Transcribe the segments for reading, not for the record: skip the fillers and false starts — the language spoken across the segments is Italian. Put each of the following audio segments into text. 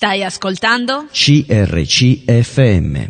Stai ascoltando? CRC FM.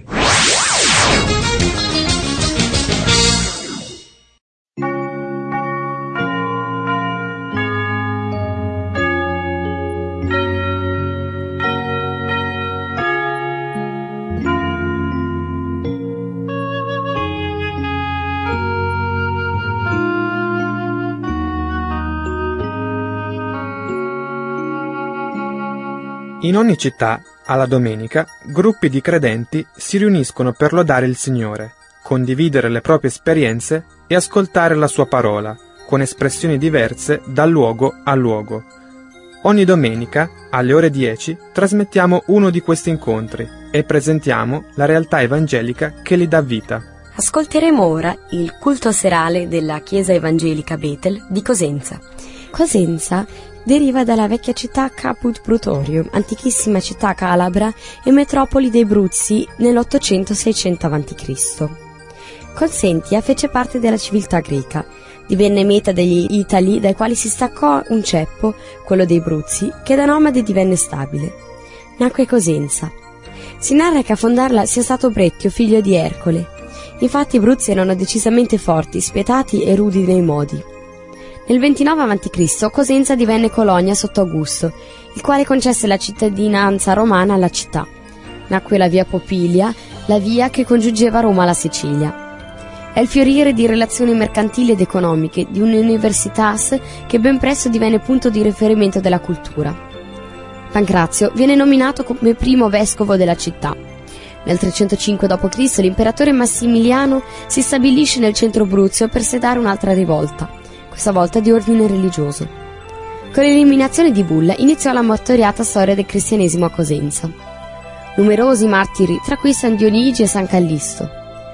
In ogni città, alla domenica, gruppi di credenti si riuniscono per lodare il Signore, condividere le proprie esperienze e ascoltare la sua parola, con espressioni diverse da luogo a luogo. Ogni domenica, alle ore 10, trasmettiamo uno di questi incontri e presentiamo la realtà evangelica che li dà vita. Ascolteremo ora il culto serale della Chiesa Evangelica Betel di Cosenza. Cosenza deriva dalla vecchia città Caput Brutorium, antichissima città calabra e metropoli dei Bruzzi nell'800-600 a.C. Consentia fece parte della civiltà greca, divenne meta degli Itali dai quali si staccò un ceppo, quello dei Bruzzi, che da nomade divenne stabile. Nacque Cosenza. Si narra che a fondarla sia stato Brettio, figlio di Ercole. Infatti i Bruzzi erano decisamente forti, spietati e rudi nei modi. Nel 29 a.C. Cosenza divenne colonia sotto Augusto, il quale concesse la cittadinanza romana alla città. Nacque la via Popilia, la via che congiungeva Roma alla Sicilia. È il fiorire di relazioni mercantili ed economiche di un'universitas che ben presto divenne punto di riferimento della cultura. Pancrazio viene nominato come primo vescovo della città. Nel 305 d.C. l'imperatore Massimiliano si stabilisce nel centro Bruzio per sedare un'altra rivolta, questa volta di ordine religioso. Con l'eliminazione di Bulla iniziò la martoriata storia del cristianesimo a Cosenza. Numerosi martiri, tra cui San Dionigi e San Callisto.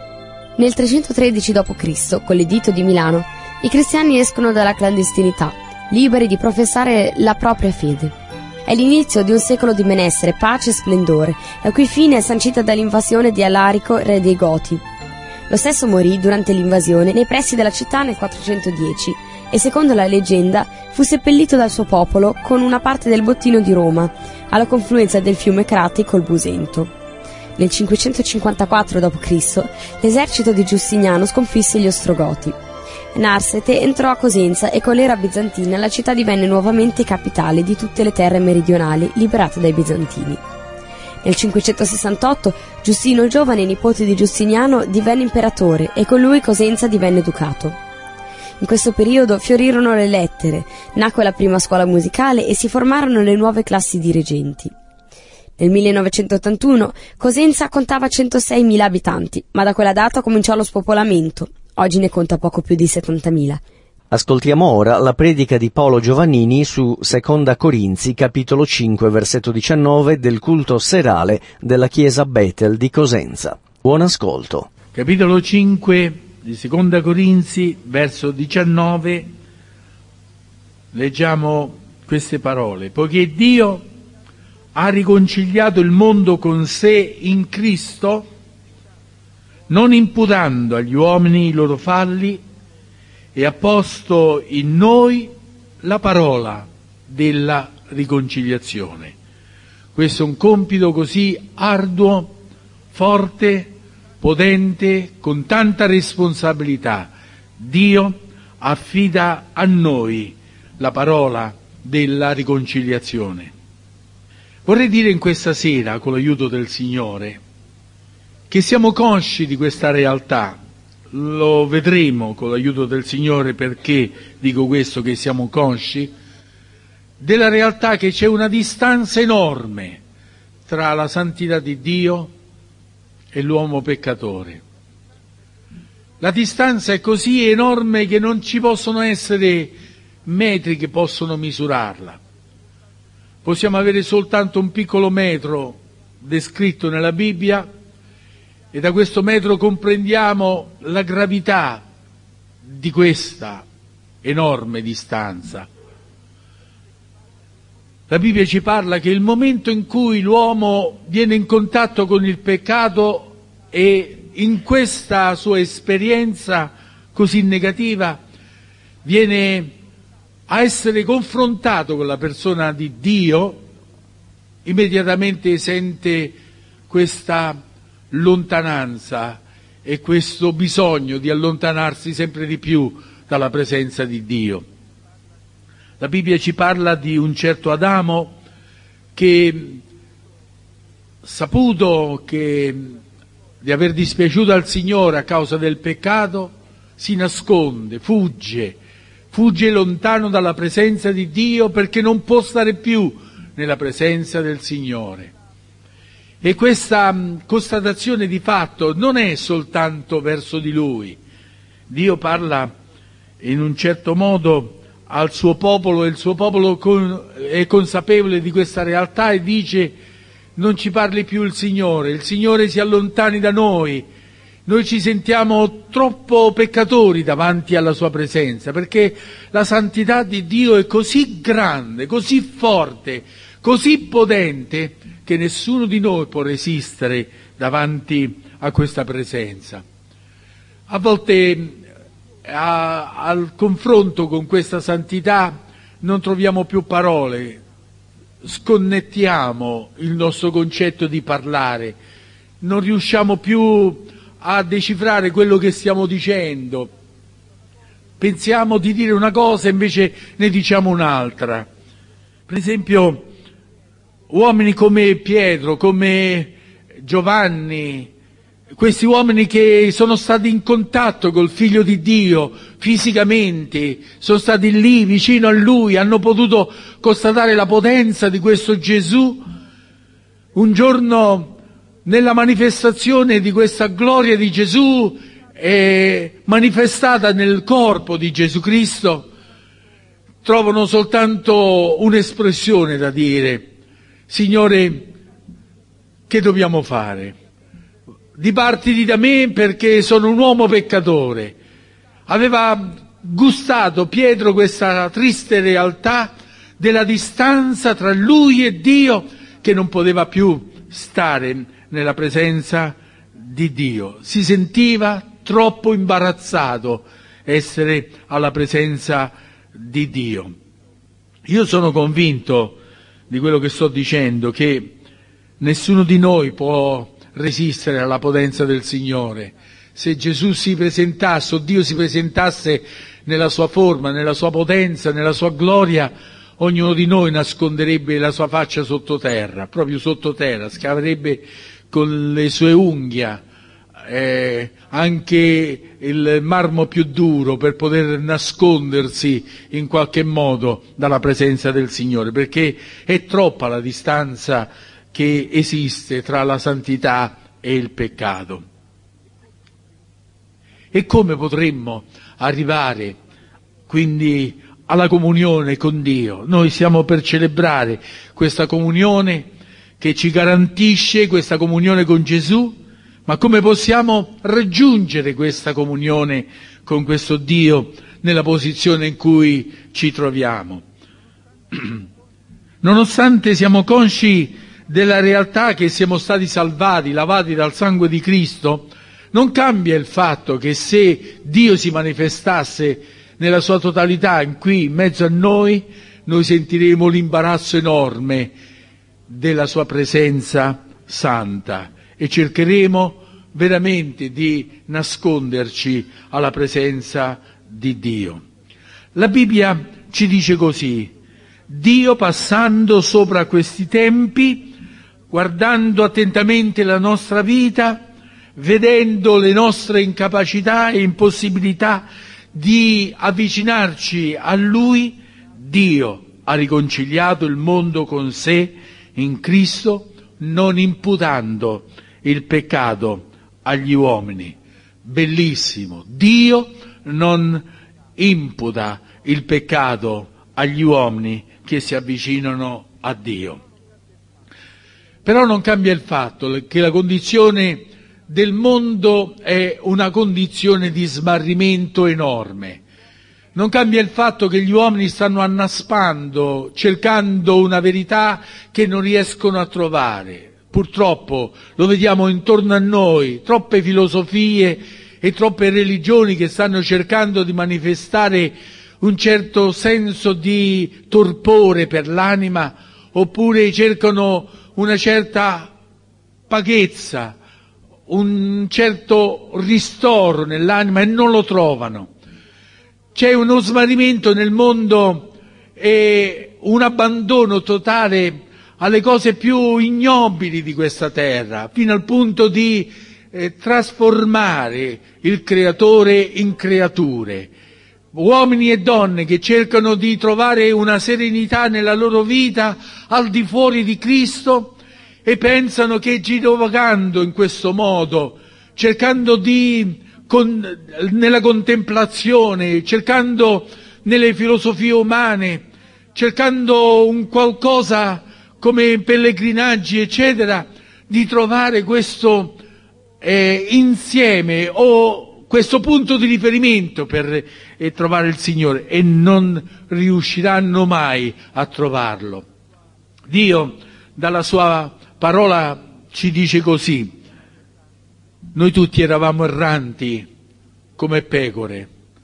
Nel 313 d.C., con l'editto di Milano, i cristiani escono dalla clandestinità, liberi di professare la propria fede. È l'inizio di un secolo di benessere, pace e splendore, la cui fine è sancita dall'invasione di Alarico, re dei Goti. Lo stesso morì durante l'invasione nei pressi della città nel 410 e, secondo la leggenda, fu seppellito dal suo popolo con una parte del bottino di Roma, alla confluenza del fiume Crati col Busento. Nel 554 d.C. l'esercito di Giustiniano sconfisse gli Ostrogoti. Narsete entrò a Cosenza e con l'era bizantina la città divenne nuovamente capitale di tutte le terre meridionali liberate dai bizantini. Nel 568 Giustino il Giovane, nipote di Giustiniano, divenne imperatore e con lui Cosenza divenne ducato. In questo periodo fiorirono le lettere, nacque la prima scuola musicale e si formarono le nuove classi dirigenti. Nel 1981 Cosenza contava 106.000 abitanti, ma da quella data cominciò lo spopolamento. Oggi ne conta poco più di 70.000. Ascoltiamo ora la predica di Paolo Giovannini su Seconda Corinzi, capitolo 5, versetto 19 del culto serale della Chiesa Betel di Cosenza. Buon ascolto. Capitolo 5 di Seconda Corinzi, verso 19, leggiamo queste parole. Poiché Dio ha riconciliato il mondo con sé in Cristo, non imputando agli uomini i loro falli, e ha posto in noi la parola della riconciliazione. Questo è un compito così arduo, forte, potente, con tanta responsabilità. Dio affida a noi la parola della riconciliazione. Vorrei dire in questa sera, con l'aiuto del Signore, che siamo consci di questa realtà. Lo vedremo con l'aiuto del Signore perché dico questo, che siamo consci della realtà che c'è una distanza enorme tra la santità di Dio e l'uomo peccatore. La distanza è così enorme che non ci possono essere metri che possono misurarla. Possiamo avere soltanto un piccolo metro descritto nella Bibbia, e da questo metro comprendiamo la gravità di questa enorme distanza. La Bibbia ci parla che il momento in cui l'uomo viene in contatto con il peccato e in questa sua esperienza così negativa viene a essere confrontato con la persona di Dio, immediatamente sente questa lontananza e questo bisogno di allontanarsi sempre di più dalla presenza di Dio. La Bibbia ci parla di un certo Adamo che, saputo di aver dispiaciuto al Signore a causa del peccato, si nasconde, fugge lontano dalla presenza di Dio perché non può stare più nella presenza del Signore. E questa constatazione di fatto non è soltanto verso di lui. Dio parla in un certo modo al suo popolo e il suo popolo è consapevole di questa realtà e dice: non ci parli più il Signore si allontani da noi ci sentiamo troppo peccatori davanti alla sua presenza, perché la santità di Dio è così grande, così forte, così potente, che nessuno di noi può resistere davanti a questa presenza. A volte al confronto con questa santità non troviamo più parole, sconnettiamo il nostro concetto di parlare, non riusciamo più a decifrare quello che stiamo dicendo, pensiamo di dire una cosa e invece ne diciamo un'altra. Per esempio, uomini come Pietro, come Giovanni, questi uomini che sono stati in contatto col Figlio di Dio fisicamente, sono stati lì vicino a Lui, hanno potuto constatare la potenza di questo Gesù, un giorno nella manifestazione di questa gloria di Gesù manifestata nel corpo di Gesù Cristo, trovano soltanto un'espressione da dire: Signore, che dobbiamo fare? Dipartiti da me perché sono un uomo peccatore. Aveva gustato Pietro questa triste realtà della distanza tra lui e Dio, che non poteva più stare nella presenza di Dio. Si sentiva troppo imbarazzato essere alla presenza di Dio. Io sono convinto di quello che sto dicendo, che nessuno di noi può resistere alla potenza del Signore. Se Gesù si presentasse, o Dio si presentasse nella sua forma, nella sua potenza, nella sua gloria, ognuno di noi nasconderebbe la sua faccia sottoterra, proprio sottoterra, scaverebbe con le sue unghie anche il marmo più duro per poter nascondersi in qualche modo dalla presenza del Signore, perché è troppa la distanza che esiste tra la santità e il peccato. E come potremmo arrivare quindi alla comunione con Dio? Noi stiamo per celebrare questa comunione che ci garantisce questa comunione con Gesù, ma come possiamo raggiungere questa comunione con questo Dio nella posizione in cui ci troviamo? Nonostante siamo consci della realtà che siamo stati salvati, lavati dal sangue di Cristo, non cambia il fatto che se Dio si manifestasse nella sua totalità qui in mezzo a noi sentiremo l'imbarazzo enorme della sua presenza santa e cercheremo veramente di nasconderci alla presenza di Dio. La Bibbia ci dice così: Dio, passando sopra questi tempi, guardando attentamente la nostra vita, vedendo le nostre incapacità e impossibilità di avvicinarci a Lui, Dio ha riconciliato il mondo con sé in Cristo, non imputando il peccato agli uomini. Bellissimo, Dio non imputa il peccato agli uomini che si avvicinano a Dio. Però non cambia il fatto che la condizione del mondo è una condizione di smarrimento enorme. Non cambia il fatto che gli uomini stanno annaspando, cercando una verità che non riescono a trovare. Purtroppo lo vediamo intorno a noi, troppe filosofie e troppe religioni che stanno cercando di manifestare un certo senso di torpore per l'anima, oppure cercano una certa paghezza, un certo ristoro nell'anima e non lo trovano. C'è uno smarrimento nel mondo e un abbandono totale alle cose più ignobili di questa terra, fino al punto di trasformare il creatore in creature. Uomini e donne che cercano di trovare una serenità nella loro vita al di fuori di Cristo e pensano che girovagando in questo modo, cercando nella contemplazione, cercando nelle filosofie umane, cercando un qualcosa come pellegrinaggi, eccetera, di trovare questo insieme o questo punto di riferimento per trovare il Signore, e non riusciranno mai a trovarlo. Dio, dalla sua parola, ci dice così: noi tutti eravamo erranti come pecore,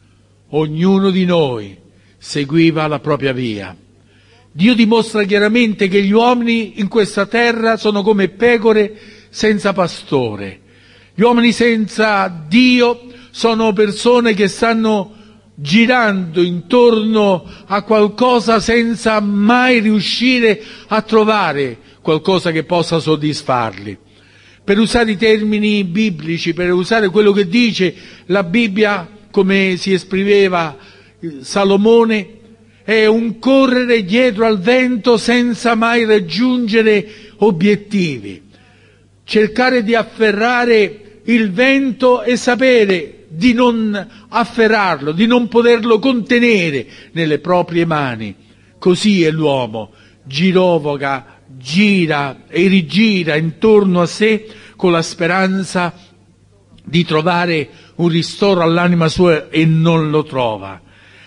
ognuno di noi seguiva la propria via. Dio dimostra chiaramente che gli uomini in questa terra sono come pecore senza pastore. Gli uomini senza Dio sono persone che stanno girando intorno a qualcosa senza mai riuscire a trovare qualcosa che possa soddisfarli. Per usare i termini biblici, per usare quello che dice la Bibbia, come si esprimeva Salomone, è un correre dietro al vento senza mai raggiungere obiettivi. Cercare di afferrare il vento e sapere di non afferrarlo, di non poterlo contenere nelle proprie mani. Così è l'uomo, girovaga, gira e rigira intorno a sé con la speranza di trovare un ristoro all'anima sua e non lo trova.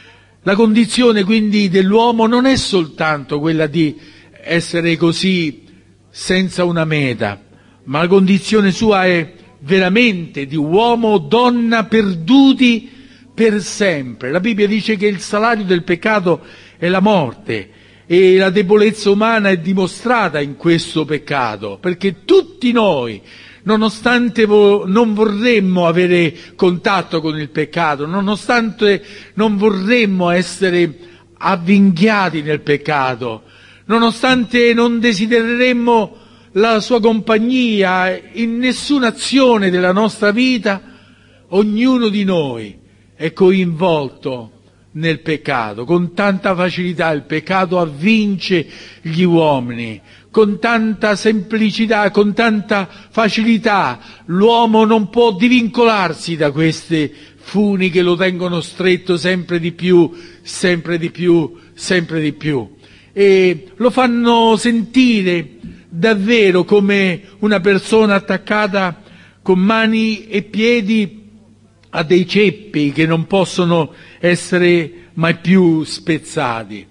La condizione quindi dell'uomo non è soltanto quella di essere così senza una meta, ma la condizione sua è veramente di uomo o donna perduti per sempre. La Bibbia dice che il salario del peccato è la morte e la debolezza umana è dimostrata in questo peccato, perché tutti noi, nonostante non vorremmo avere contatto con il peccato, nonostante non vorremmo essere avvinghiati nel peccato, nonostante non desidereremmo la sua compagnia in nessuna azione della nostra vita, ognuno di noi è coinvolto nel peccato. Con tanta facilità il peccato avvince gli uomini, con tanta semplicità, con tanta facilità l'uomo non può divincolarsi da queste funi che lo tengono stretto sempre di più, sempre di più, sempre di più, e lo fanno sentire davvero come una persona attaccata con mani e piedi a dei ceppi che non possono essere mai più spezzati,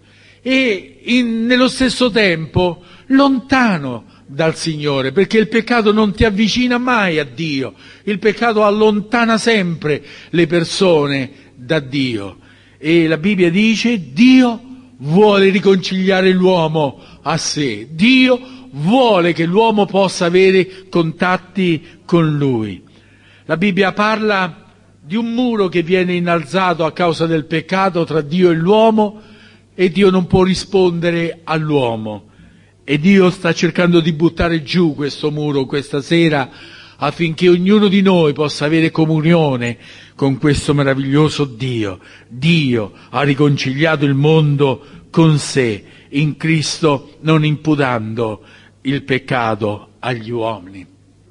e nello stesso tempo lontano dal Signore, perché il peccato non ti avvicina mai a Dio, il peccato allontana sempre le persone da Dio. E la Bibbia dice: Dio vuole riconciliare l'uomo a sé, Dio vuole che l'uomo possa avere contatti con Lui. La Bibbia parla di un muro che viene innalzato a causa del peccato tra Dio e l'uomo, e Dio non può rispondere all'uomo. E Dio sta cercando di buttare giù questo muro questa sera, affinché ognuno di noi possa avere comunione con questo meraviglioso Dio. Dio ha riconciliato il mondo con sé in Cristo, non imputando il peccato agli uomini.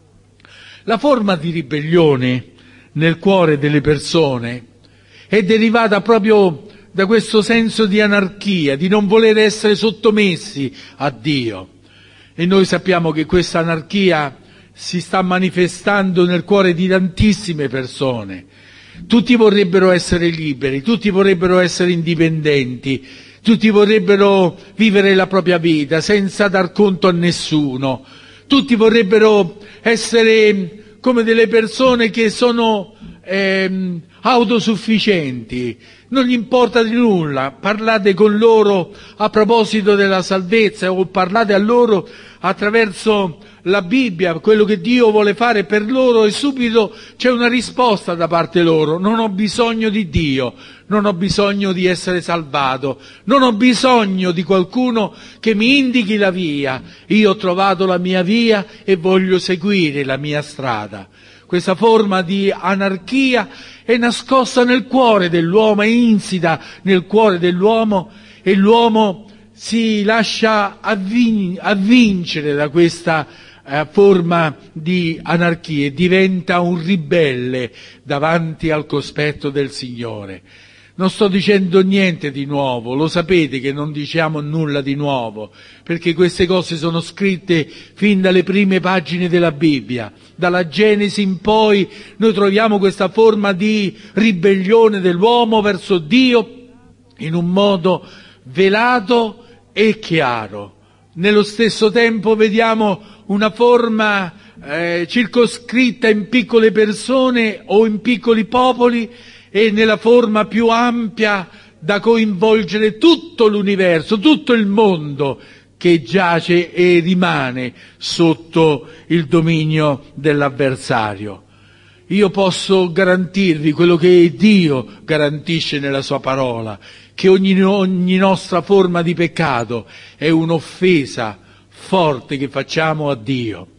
La forma di ribellione nel cuore delle persone è derivata proprio da questo senso di anarchia, di non voler essere sottomessi a Dio. E noi sappiamo che questa anarchia si sta manifestando nel cuore di tantissime persone. Tutti vorrebbero essere liberi, tutti vorrebbero essere indipendenti, tutti vorrebbero vivere la propria vita senza dar conto a nessuno. Tutti vorrebbero essere come delle persone che sono autosufficienti, non gli importa di nulla, parlate con loro a proposito della salvezza o parlate a loro attraverso la Bibbia, quello che Dio vuole fare per loro e subito c'è una risposta da parte loro. Non ho bisogno di Dio, non ho bisogno di essere salvato, non ho bisogno di qualcuno che mi indichi la via, io ho trovato la mia via e voglio seguire la mia strada. Questa forma di anarchia è nascosta nel cuore dell'uomo, è insita nel cuore dell'uomo e l'uomo si lascia avvincere da questa forma di anarchia e diventa un ribelle davanti al cospetto del Signore. Non sto dicendo niente di nuovo, lo sapete che non diciamo nulla di nuovo, perché queste cose sono scritte fin dalle prime pagine della Bibbia. Dalla Genesi in poi noi troviamo questa forma di ribellione dell'uomo verso Dio in un modo velato e chiaro. Nello stesso tempo vediamo una forma circoscritta in piccole persone o in piccoli popoli e nella forma più ampia da coinvolgere tutto l'universo, tutto il mondo che giace e rimane sotto il dominio dell'avversario. Io posso garantirvi quello che Dio garantisce nella sua parola, che ogni nostra forma di peccato è un'offesa forte che facciamo a Dio.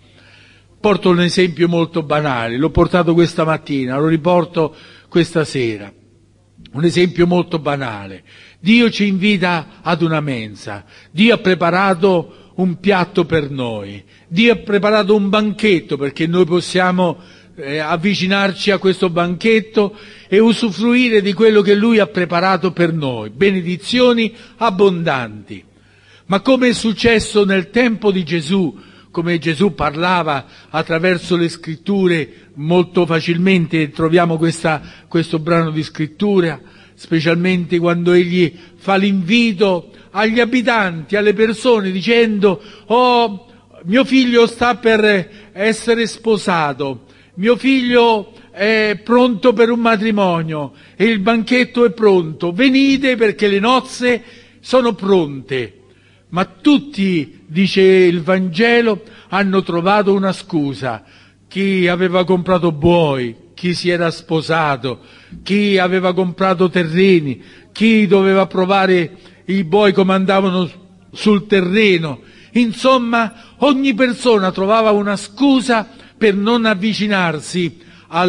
Porto un esempio molto banale, l'ho portato questa mattina, lo riporto questa sera. Un esempio molto banale. Dio ci invita ad una mensa, Dio ha preparato un piatto per noi, Dio ha preparato un banchetto perché noi possiamo avvicinarci a questo banchetto e usufruire di quello che Lui ha preparato per noi, benedizioni abbondanti. Ma come è successo nel tempo di Gesù, come Gesù parlava attraverso le scritture, molto facilmente troviamo questo brano di scrittura, specialmente quando egli fa l'invito agli abitanti, alle persone, dicendo: «Oh, mio figlio sta per essere sposato, mio figlio è pronto per un matrimonio e il banchetto è pronto, venite perché le nozze sono pronte». Ma tutti, dice il Vangelo, hanno trovato una scusa. Chi aveva comprato buoi, chi si era sposato, chi aveva comprato terreni, chi doveva provare i buoi come andavano sul terreno. Insomma, ogni persona trovava una scusa per non avvicinarsi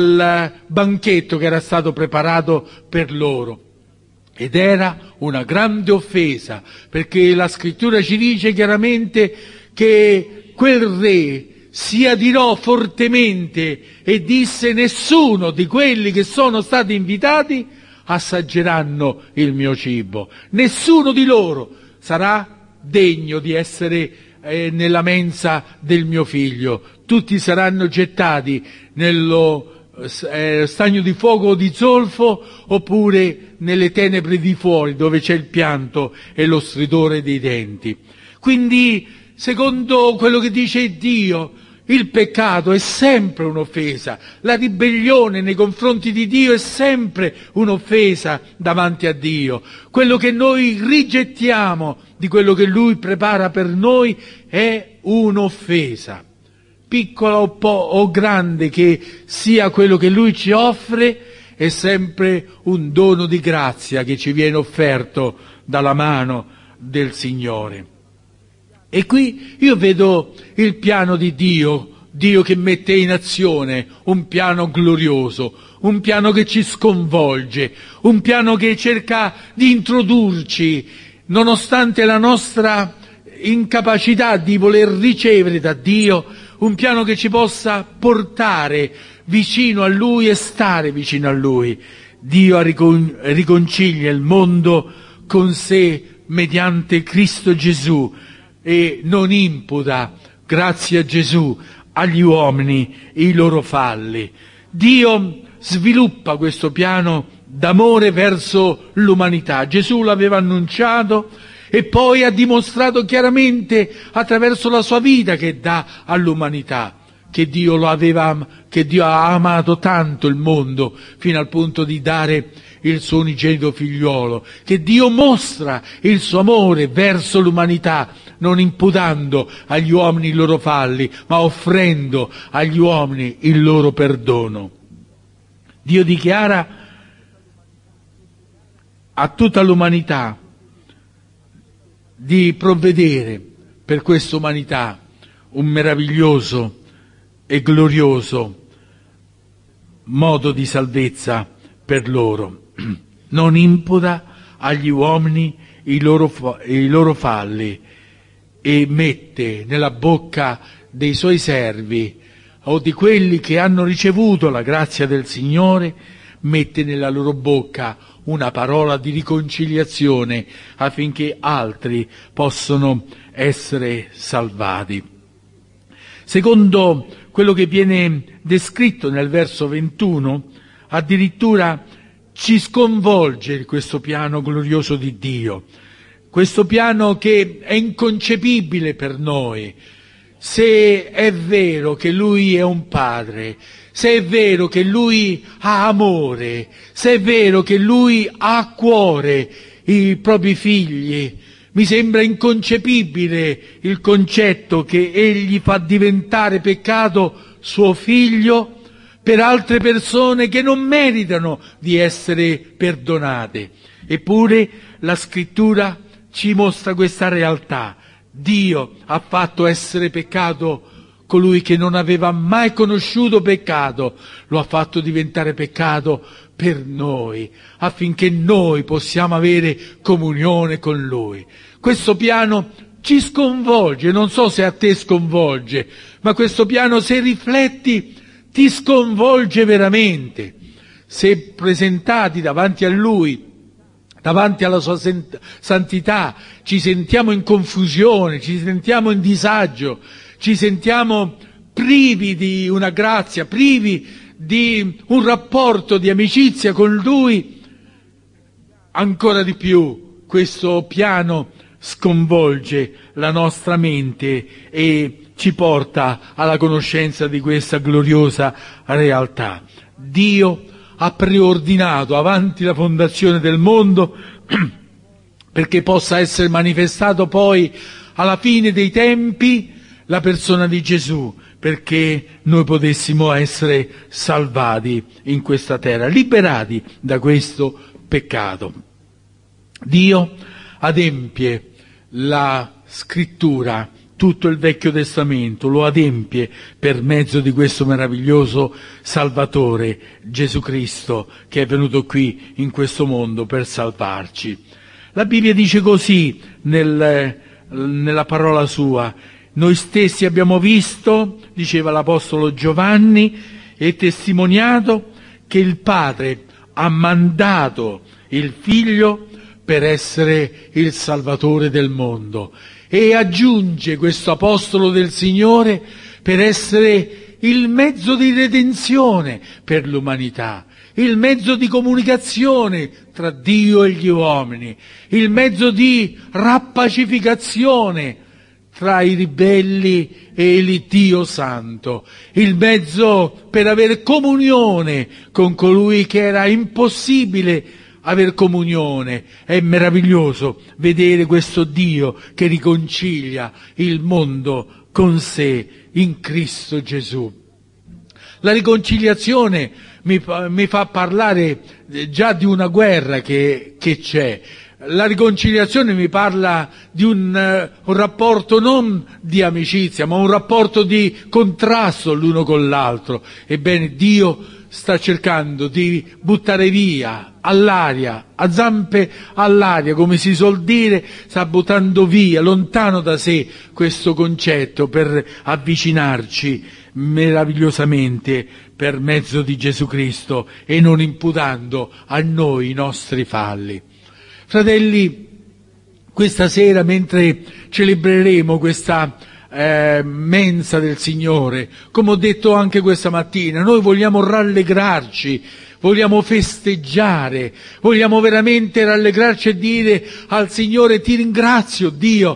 al banchetto che era stato preparato per loro. Ed era una grande offesa, perché la scrittura ci dice chiaramente che quel re si adirò fortemente e disse: nessuno di quelli che sono stati invitati assaggeranno il mio cibo, nessuno di loro sarà degno di essere nella mensa del mio figlio, tutti saranno gettati nello stagno di fuoco o di zolfo oppure nelle tenebre di fuori dove c'è il pianto e lo stridore dei denti. Quindi, secondo quello che dice Dio, il peccato è sempre un'offesa, la ribellione nei confronti di Dio è sempre un'offesa davanti a Dio. Quello che noi rigettiamo di quello che Lui prepara per noi è un'offesa. Piccola o grande che sia quello che Lui ci offre, è sempre un dono di grazia che ci viene offerto dalla mano del Signore. E qui io vedo il piano di Dio, Dio che mette in azione un piano glorioso, un piano che ci sconvolge, un piano che cerca di introdurci, nonostante la nostra incapacità di voler ricevere da Dio, un piano che ci possa portare vicino a Lui e stare vicino a Lui. Dio riconcilia il mondo con sé mediante Cristo Gesù e non imputa, grazie a Gesù, agli uomini i loro falli. Dio sviluppa questo piano d'amore verso l'umanità. Gesù l'aveva annunciato e poi ha dimostrato chiaramente attraverso la sua vita che dà all'umanità. che Dio ha amato tanto il mondo fino al punto di dare il suo unigenito figliolo, che Dio mostra il suo amore verso l'umanità, non imputando agli uomini i loro falli, ma offrendo agli uomini il loro perdono. Dio dichiara a tutta l'umanità di provvedere per questa umanità un meraviglioso e glorioso modo di salvezza per loro. Non imputa agli uomini i loro falli e mette nella bocca dei suoi servi o di quelli che hanno ricevuto la grazia del Signore, mette nella loro bocca una parola di riconciliazione affinché altri possano essere salvati. Secondo quello che viene descritto nel verso 21, addirittura ci sconvolge questo piano glorioso di Dio, questo piano che è inconcepibile per noi. Se è vero che Lui è un Padre, se è vero che Lui ha amore, se è vero che Lui ha a cuore i propri figli, mi sembra inconcepibile il concetto che Egli fa diventare peccato suo figlio per altre persone che non meritano di essere perdonate. Eppure la Scrittura ci mostra questa realtà. Dio ha fatto essere peccato colui che non aveva mai conosciuto peccato, lo ha fatto diventare peccato per noi, affinché noi possiamo avere comunione con Lui. Questo piano ci sconvolge, non so se a te sconvolge, ma questo piano, se rifletti, ti sconvolge veramente. Se presentati davanti a Lui, davanti alla sua santità, ci sentiamo in confusione, ci sentiamo in disagio, ci sentiamo privi di una grazia, privi di un rapporto di amicizia con Lui, ancora di più questo piano sconvolge la nostra mente e ci porta alla conoscenza di questa gloriosa realtà. Dio ha preordinato avanti la fondazione del mondo perché possa essere manifestato poi alla fine dei tempi la persona di Gesù, perché noi potessimo essere salvati in questa terra, liberati da questo peccato. Dio adempie la Scrittura, tutto il Vecchio Testamento, lo adempie per mezzo di questo meraviglioso Salvatore, Gesù Cristo, che è venuto qui in questo mondo per salvarci. La Bibbia dice così nella parola sua: noi stessi abbiamo visto, diceva l'Apostolo Giovanni, e testimoniato che il Padre ha mandato il Figlio per essere il Salvatore del mondo. E aggiunge questo Apostolo del Signore per essere il mezzo di redenzione per l'umanità, il mezzo di comunicazione tra Dio e gli uomini, il mezzo di rappacificazione tra i ribelli e il Dio Santo, il mezzo per avere comunione con colui che era impossibile aver comunione. È meraviglioso vedere questo Dio che riconcilia il mondo con sé in Cristo Gesù. La riconciliazione mi fa parlare già di una guerra che c'è. La riconciliazione mi parla di un rapporto non di amicizia, ma un rapporto di contrasto l'uno con l'altro. Ebbene, Dio sta cercando di buttare via all'aria, a zampe all'aria, come si suol dire, sta buttando via, lontano da sé, questo concetto per avvicinarci meravigliosamente per mezzo di Gesù Cristo e non imputando a noi i nostri falli. Fratelli, questa sera, mentre celebreremo questa mensa del Signore, come ho detto anche questa mattina, noi vogliamo rallegrarci, vogliamo festeggiare, vogliamo veramente rallegrarci e dire al Signore: ti ringrazio, Dio,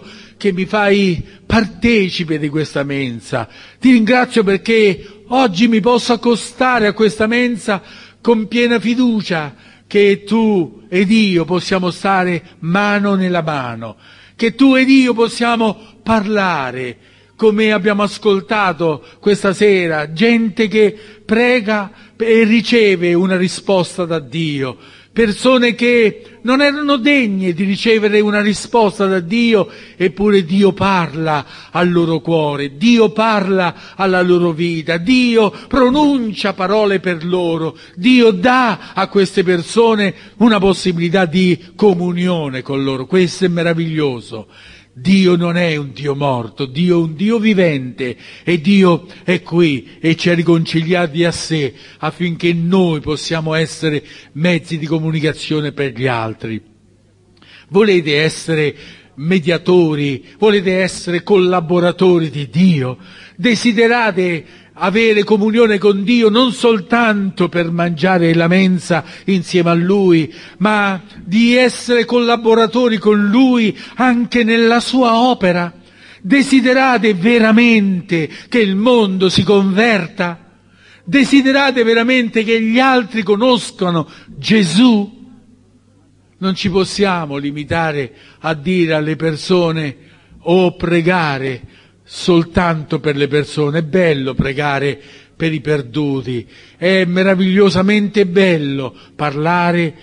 che mi fai partecipe di questa mensa. Ti ringrazio perché oggi mi posso accostare a questa mensa con piena fiducia che tu ed io possiamo stare mano nella mano, che tu ed io possiamo parlare, come abbiamo ascoltato questa sera, gente che prega e riceve una risposta da Dio, persone che non erano degne di ricevere una risposta da Dio, eppure Dio parla al loro cuore, Dio parla alla loro vita, Dio pronuncia parole per loro, Dio dà a queste persone una possibilità di comunione con loro. Questo è meraviglioso. Dio non è un Dio morto, Dio è un Dio vivente e Dio è qui e ci ha riconciliati a sé affinché noi possiamo essere mezzi di comunicazione per gli altri. Volete essere mediatori, volete essere collaboratori di Dio, desiderate avere comunione con Dio non soltanto per mangiare la mensa insieme a Lui, ma di essere collaboratori con Lui anche nella sua opera. Desiderate veramente che il mondo si converta? Desiderate veramente che gli altri conoscano Gesù? Non ci possiamo limitare a dire alle persone o pregare soltanto per le persone. È bello pregare per i perduti, è meravigliosamente bello pregare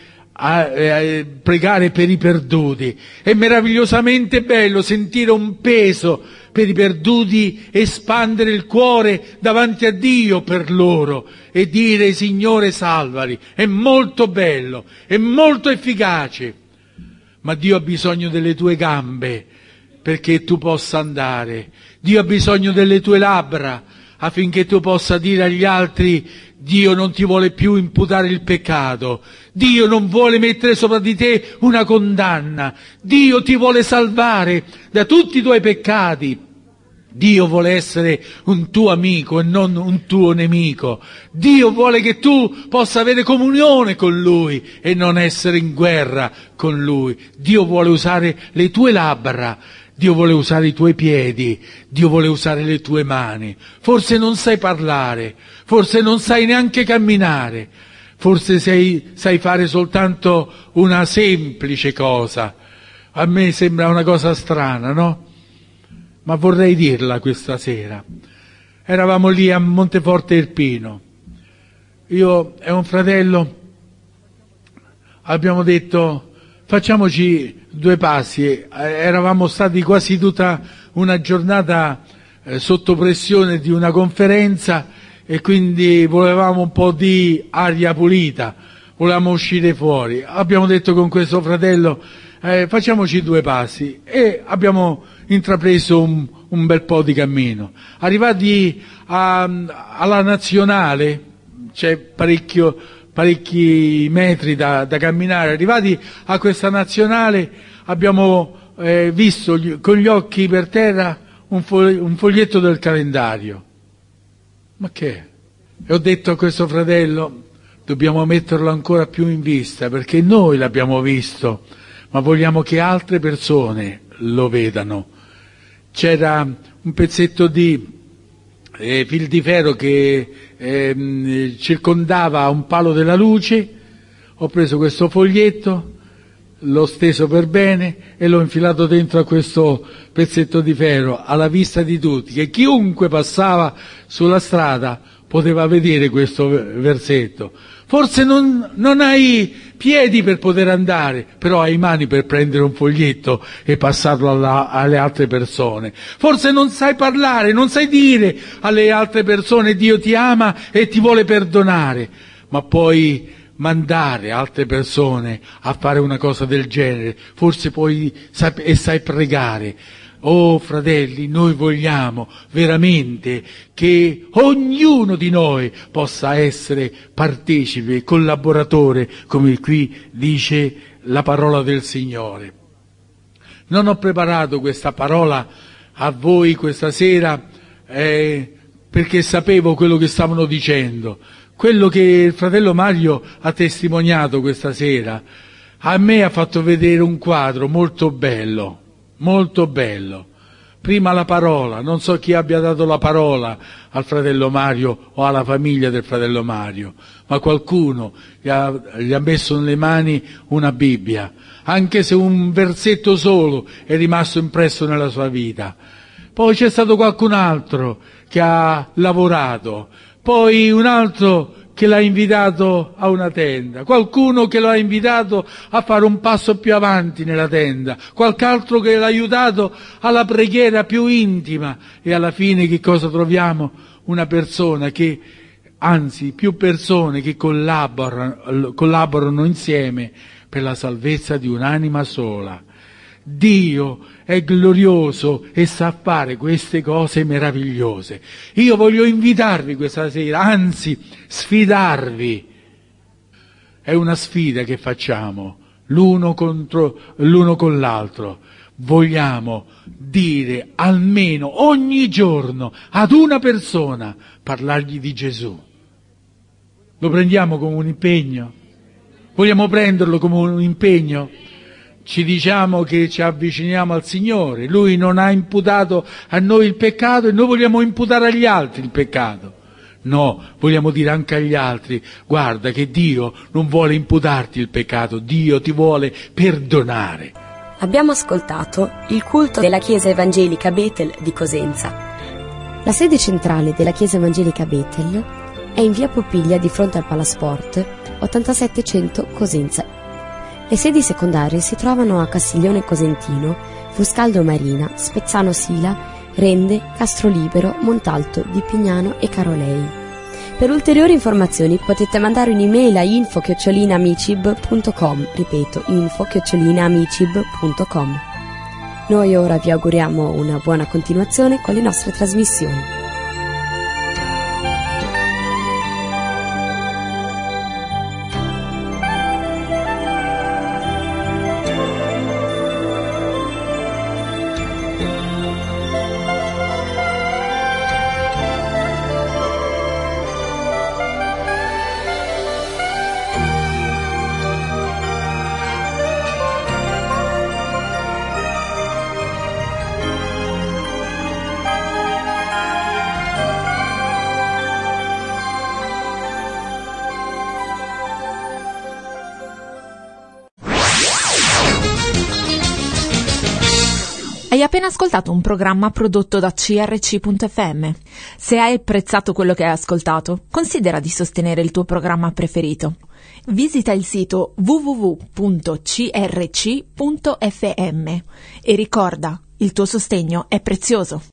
per i perduti, è meravigliosamente bello sentire un peso per i perduti, espandere il cuore davanti a Dio per loro e dire: Signore, salvali. È molto bello, è molto efficace, ma Dio ha bisogno delle tue gambe perché tu possa andare. Dio ha bisogno delle tue labbra affinché tu possa dire agli altri: Dio non ti vuole più imputare il peccato, Dio non vuole mettere sopra di te una condanna, Dio ti vuole salvare da tutti i tuoi peccati, Dio vuole essere un tuo amico e non un tuo nemico, Dio vuole che tu possa avere comunione con Lui e non essere in guerra con Lui, Dio vuole usare le tue labbra, Dio vuole usare i tuoi piedi, Dio vuole usare le tue mani. Forse non sai parlare, forse non sai neanche camminare, forse sai fare soltanto una semplice cosa. A me sembra una cosa strana, no? Ma vorrei dirla questa sera. Eravamo lì a Monteforte Irpino. Io e un fratello abbiamo detto: facciamoci due passi. Eravamo stati quasi tutta una giornata sotto pressione di una conferenza e quindi volevamo un po' di aria pulita, volevamo uscire fuori. Abbiamo detto con questo fratello: facciamoci due passi, e abbiamo intrapreso un bel po' di cammino. Arrivati alla nazionale, c'è parecchi metri da camminare. Arrivati a questa nazionale abbiamo visto con gli occhi per terra un foglietto del calendario. Ma che è? E ho detto a questo fratello: dobbiamo metterlo ancora più in vista, perché noi l'abbiamo visto, ma vogliamo che altre persone lo vedano. C'era un pezzetto di fil di ferro che circondava un palo della luce. Ho preso questo foglietto, l'ho steso per bene e l'ho infilato dentro a questo pezzetto di ferro, alla vista di tutti, che chiunque passava sulla strada poteva vedere questo versetto. Forse non hai piedi per poter andare, però hai mani per prendere un foglietto e passarlo alle altre persone. Forse non sai parlare, non sai dire alle altre persone: Dio ti ama e ti vuole perdonare, ma puoi mandare altre persone a fare una cosa del genere. Forse sai pregare. Oh fratelli, noi vogliamo veramente che ognuno di noi possa essere partecipe, collaboratore, come qui dice la parola del Signore. Non ho preparato questa parola a voi questa sera perché sapevo quello che stavano dicendo. Quello che il fratello Mario ha testimoniato questa sera a me ha fatto vedere un quadro molto bello, molto bello. prima la parola. Non so chi abbia dato la parola al fratello Mario o alla famiglia del fratello Mario, ma qualcuno gli ha messo nelle mani una Bibbia, anche se un versetto solo è rimasto impresso nella sua vita. Poi c'è stato qualcun altro che ha lavorato, poi un altro che l'ha invitato a una tenda, qualcuno che l'ha invitato a fare un passo più avanti nella tenda, qualche altro che l'ha aiutato alla preghiera più intima, e alla fine che cosa troviamo? Una persona che, anzi più persone che collaborano insieme per la salvezza di un'anima sola. Dio è glorioso e sa fare queste cose meravigliose. Io voglio invitarvi questa sera, anzi sfidarvi. È una sfida che facciamo l'uno con l'altro. Vogliamo dire almeno ogni giorno ad una persona, parlargli di Gesù. Lo prendiamo come un impegno? Vogliamo prenderlo come un impegno? Ci diciamo che ci avviciniamo al Signore, Lui non ha imputato a noi il peccato e noi vogliamo imputare agli altri il peccato. No, vogliamo dire anche agli altri: guarda che Dio non vuole imputarti il peccato, Dio ti vuole perdonare. Abbiamo ascoltato il culto della Chiesa Evangelica Bethel di Cosenza. La sede centrale della Chiesa Evangelica Bethel è in via Popiglia di fronte al Palasport, 8700 Cosenza. Le sedi secondarie si trovano a Castiglione Cosentino, Fuscaldo Marina, Spezzano Sila, Rende, Castrolibero, Montalto, Di Pignano e Carolei. Per ulteriori informazioni potete mandare un'email a info@amicib.com, ripeto, info@amicib.com. Noi ora vi auguriamo una buona continuazione con le nostre trasmissioni. Hai appena ascoltato un programma prodotto da CRC.fm. Se hai apprezzato quello che hai ascoltato, considera di sostenere il tuo programma preferito. Visita il sito www.crc.fm e ricorda, il tuo sostegno è prezioso.